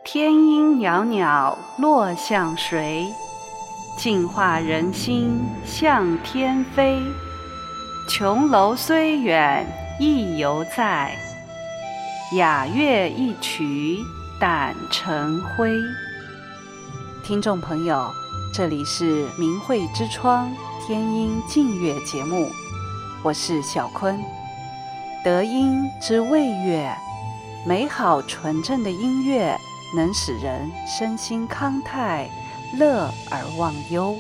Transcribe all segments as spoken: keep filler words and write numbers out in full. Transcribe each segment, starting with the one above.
天阴袅袅落向谁？净化人心向天飞。琼楼虽远意犹在，雅乐一曲胆成灰。听众朋友，这里是明慧之窗天音净乐节目，我是小坤。德音之谓乐，美好纯正的音乐能使人身心康泰，乐而忘忧。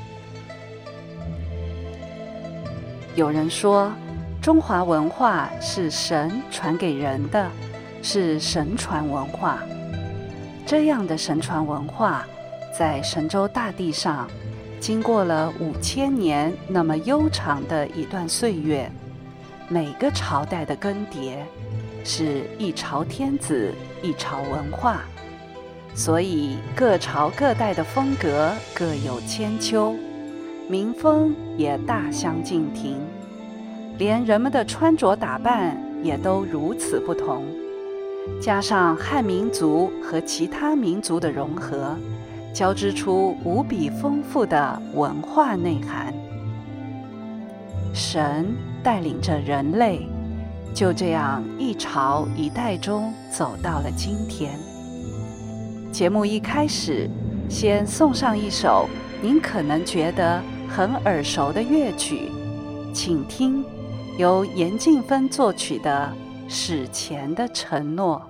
有人说，中华文化是神传给人的，是神传文化。这样的神传文化，在神州大地上，经过了五千年那么悠长的一段岁月，每个朝代的更迭，是一朝天子一朝文化，所以各朝各代的风格各有千秋，民风也大相径庭，连人们的穿着打扮也都如此不同。加上汉民族和其他民族的融合，交织出无比丰富的文化内涵。神带领着人类，就这样一朝一代中走到了今天。节目一开始，先送上一首您可能觉得很耳熟的乐曲，请听由严静芬作曲的《史前的承诺》。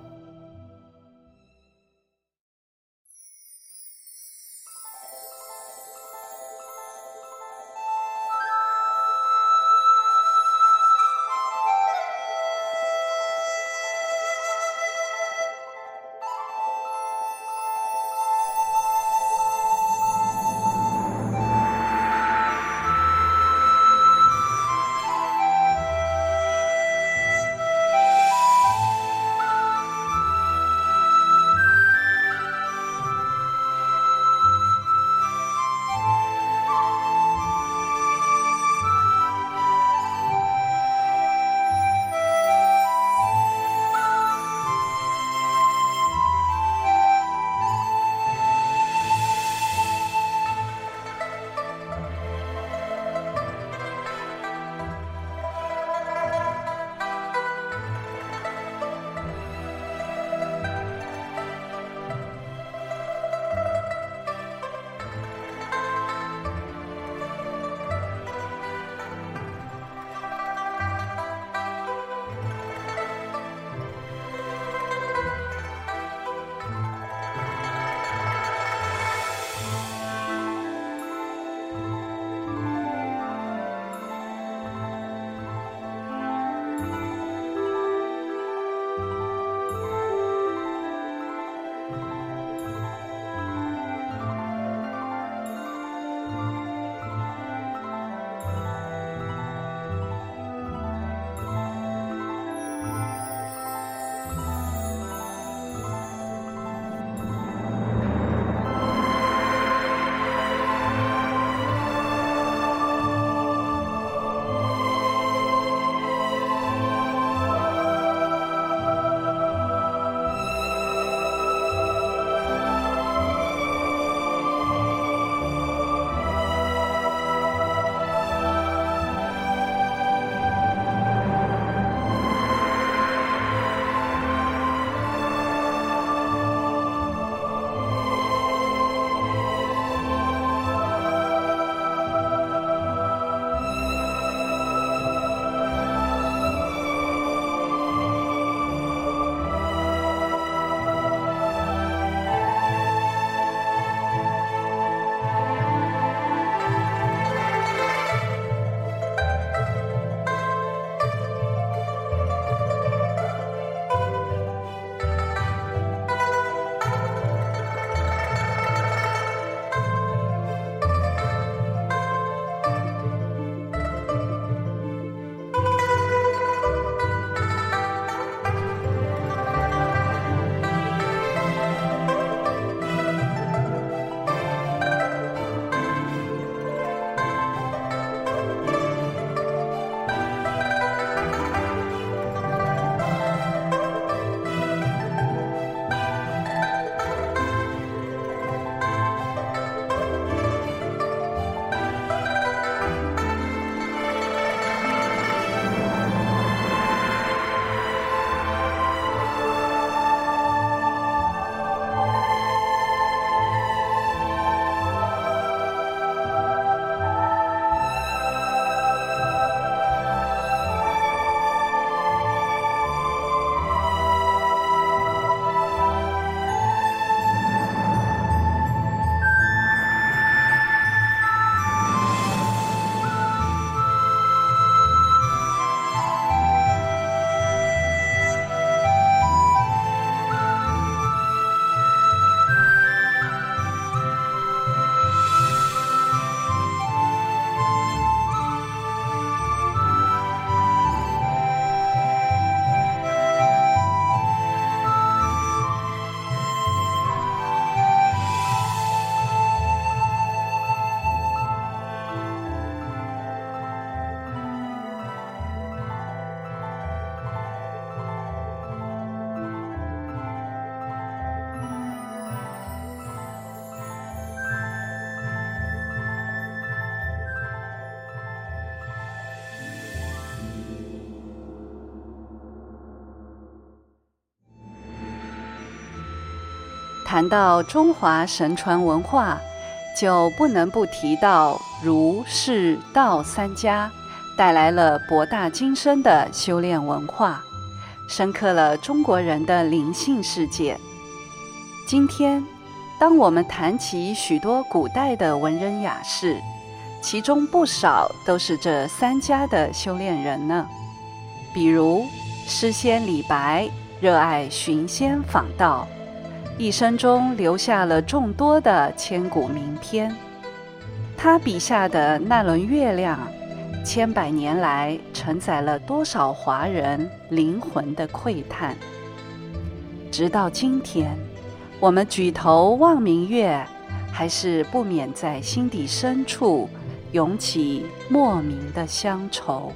谈到中华神传文化，就不能不提到儒、释、道三家带来了博大精深的修炼文化，深刻了中国人的灵性世界。今天，当我们谈起许多古代的文人雅士，其中不少都是这三家的修炼人呢。比如诗仙李白，热爱寻仙访道，一生中留下了众多的千古名篇。他笔下的那轮月亮，千百年来承载了多少华人灵魂的喟叹。直到今天，我们举头望明月，还是不免在心底深处涌起莫名的乡愁。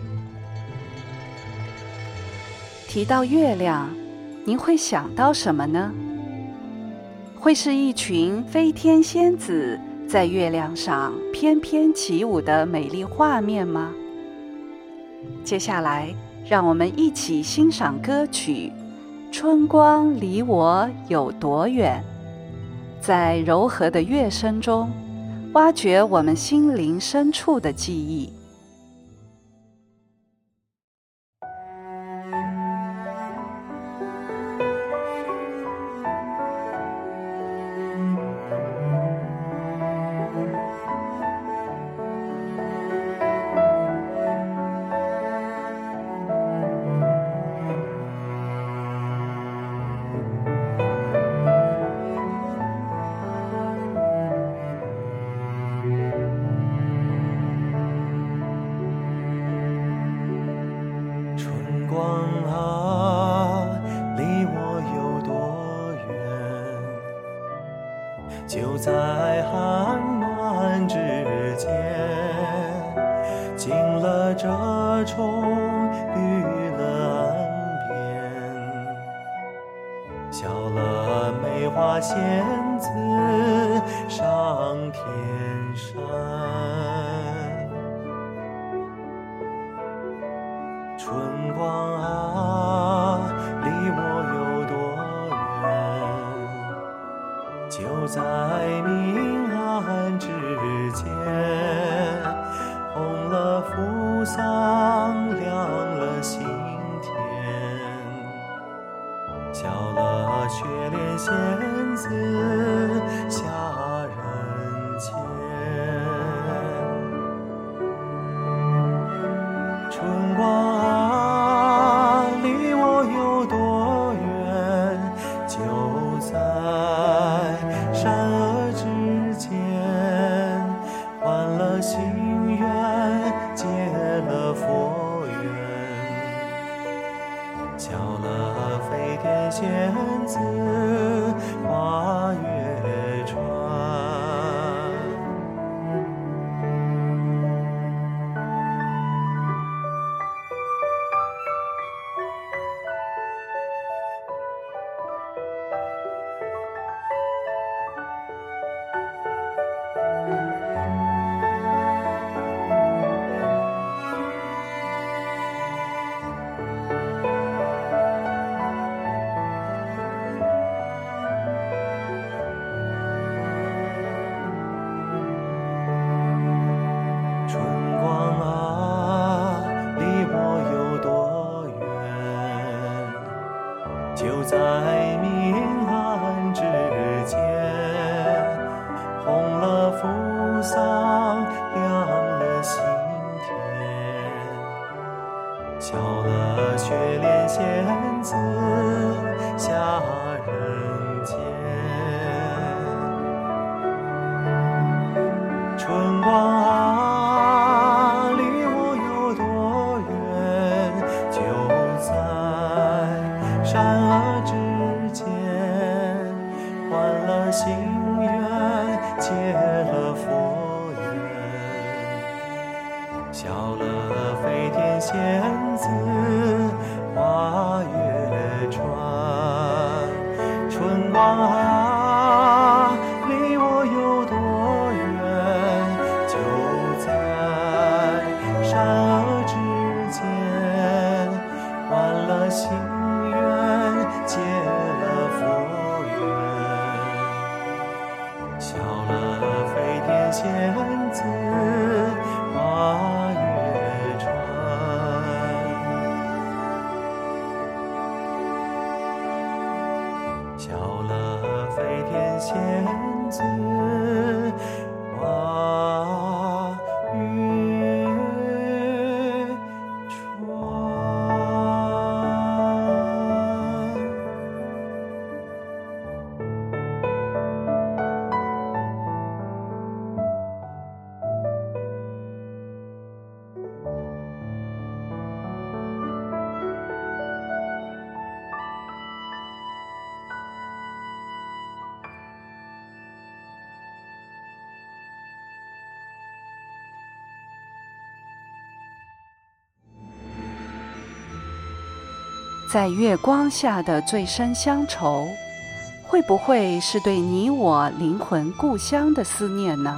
提到月亮，您会想到什么呢？会是一群飞天仙子在月亮上翩翩起舞的美丽画面吗？接下来，让我们一起欣赏歌曲《春光离我有多远》，在柔和的乐声中，挖掘我们心灵深处的记忆。 就在寒暖之间，进了这重绿了岸边，笑了梅花仙子上天山。春光啊，离我有多远？就在明暗之间，红了扶桑，亮了心田，笑了雪莲仙子下人间。春光啊，离我有多远？就在山婀之间，还了心愿，结了佛缘，笑了飞天仙子跨月船。就在明暗之间，红了扶桑，亮了心田，笑了雪莲仙子下人间。春光啊，离我有多远？就在山婀之间，还了心愿，结了佛缘，笑了飞天仙子跨月船。春光啊，离我有多远？就在山婀之间，还了心愿，结了佛缘， 笑了飞天仙子跨越船，笑了飞天仙子跨越船。 在月光下的最深乡愁，会不会是对你我灵魂故乡的思念呢？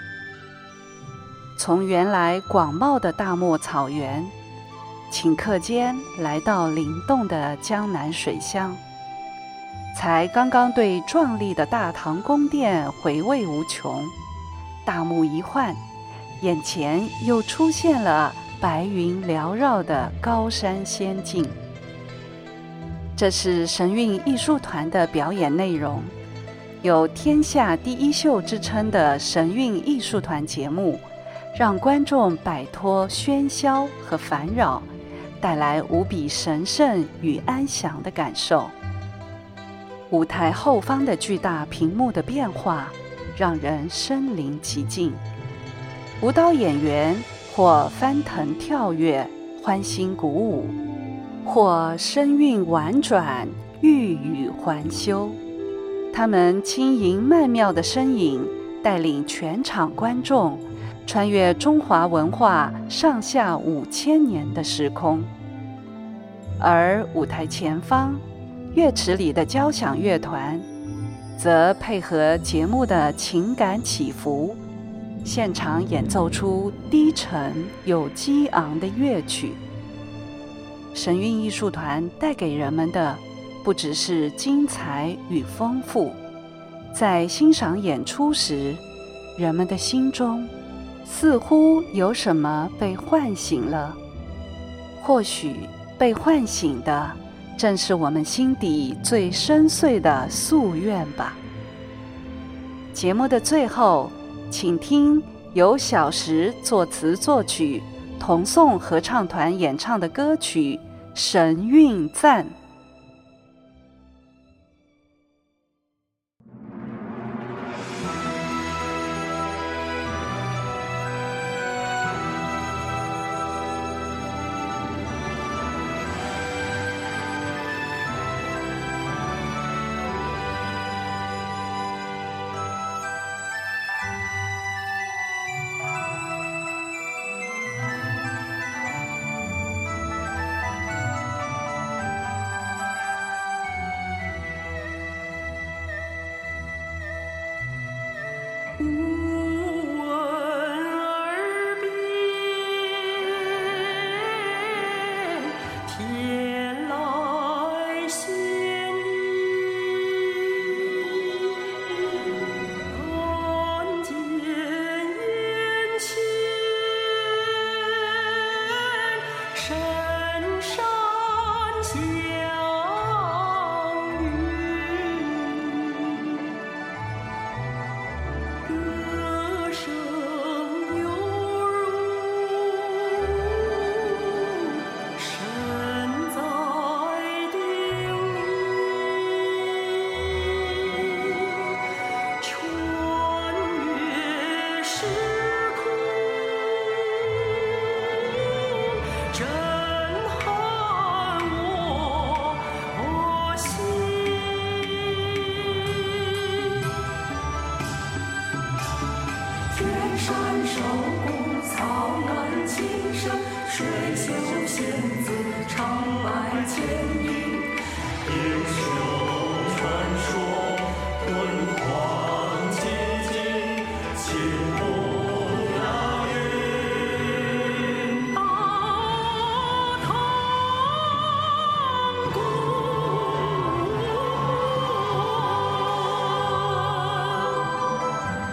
从原来广袤的大漠草原，顷刻间来到灵动的江南水乡，才刚刚对壮丽的大唐宫殿回味无穷，大目一换，眼前又出现了白云缭绕的高山仙境。这是神韵艺术团的表演内容，有天下第一秀之称的神韵艺术团节目，让观众摆脱喧嚣和烦扰，带来无比神圣与安详的感受。舞台后方的巨大屏幕的变化，让人身临其境。舞蹈演员或翻腾跳跃，欢欣鼓舞，或声韵婉转，欲语还休。他们轻盈曼妙的身影，带领全场观众穿越中华文化上下五千年的时空。而舞台前方，乐池里的交响乐团，则配合节目的情感起伏，现场演奏出低沉又激昂的乐曲。神韵艺术团带给人们的不只是精彩与丰富，在欣赏演出时，人们的心中似乎有什么被唤醒了。或许被唤醒的正是我们心底最深邃的夙愿吧。节目的最后，请听由小石作词作曲，同颂合唱团演唱的歌曲《神韵赞》。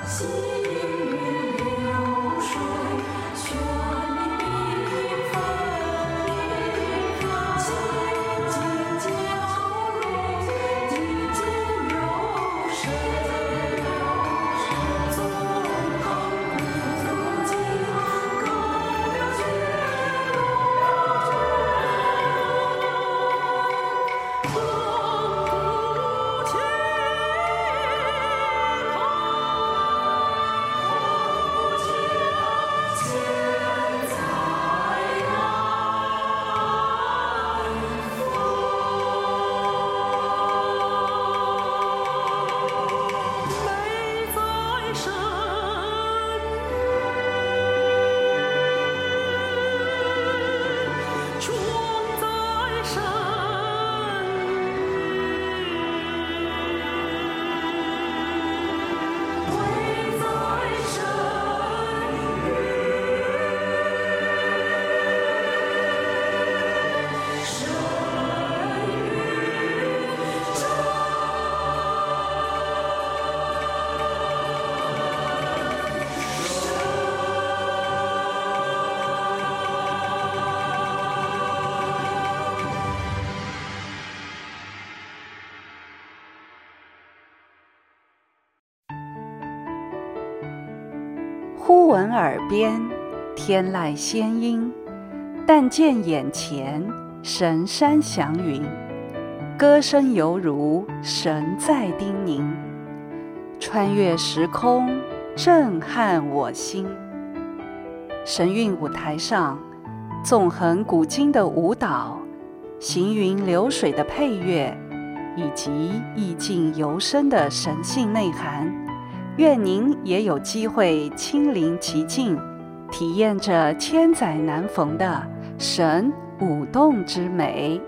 忽闻耳边，天籁仙音；但见眼前，神山祥云。歌声犹如神在叮咛，穿越时空，震撼我心。神韵舞台上，纵横古今的舞蹈，行云流水的配乐，以及意境尤深的神性内涵，愿您也有机会亲临其境，体验着千载难逢的神舞动之美。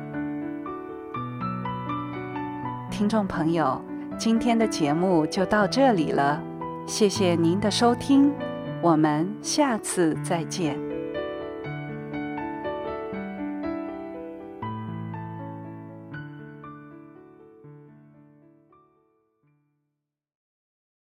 听众朋友，今天的节目就到这里了，谢谢您的收听，我们下次再见。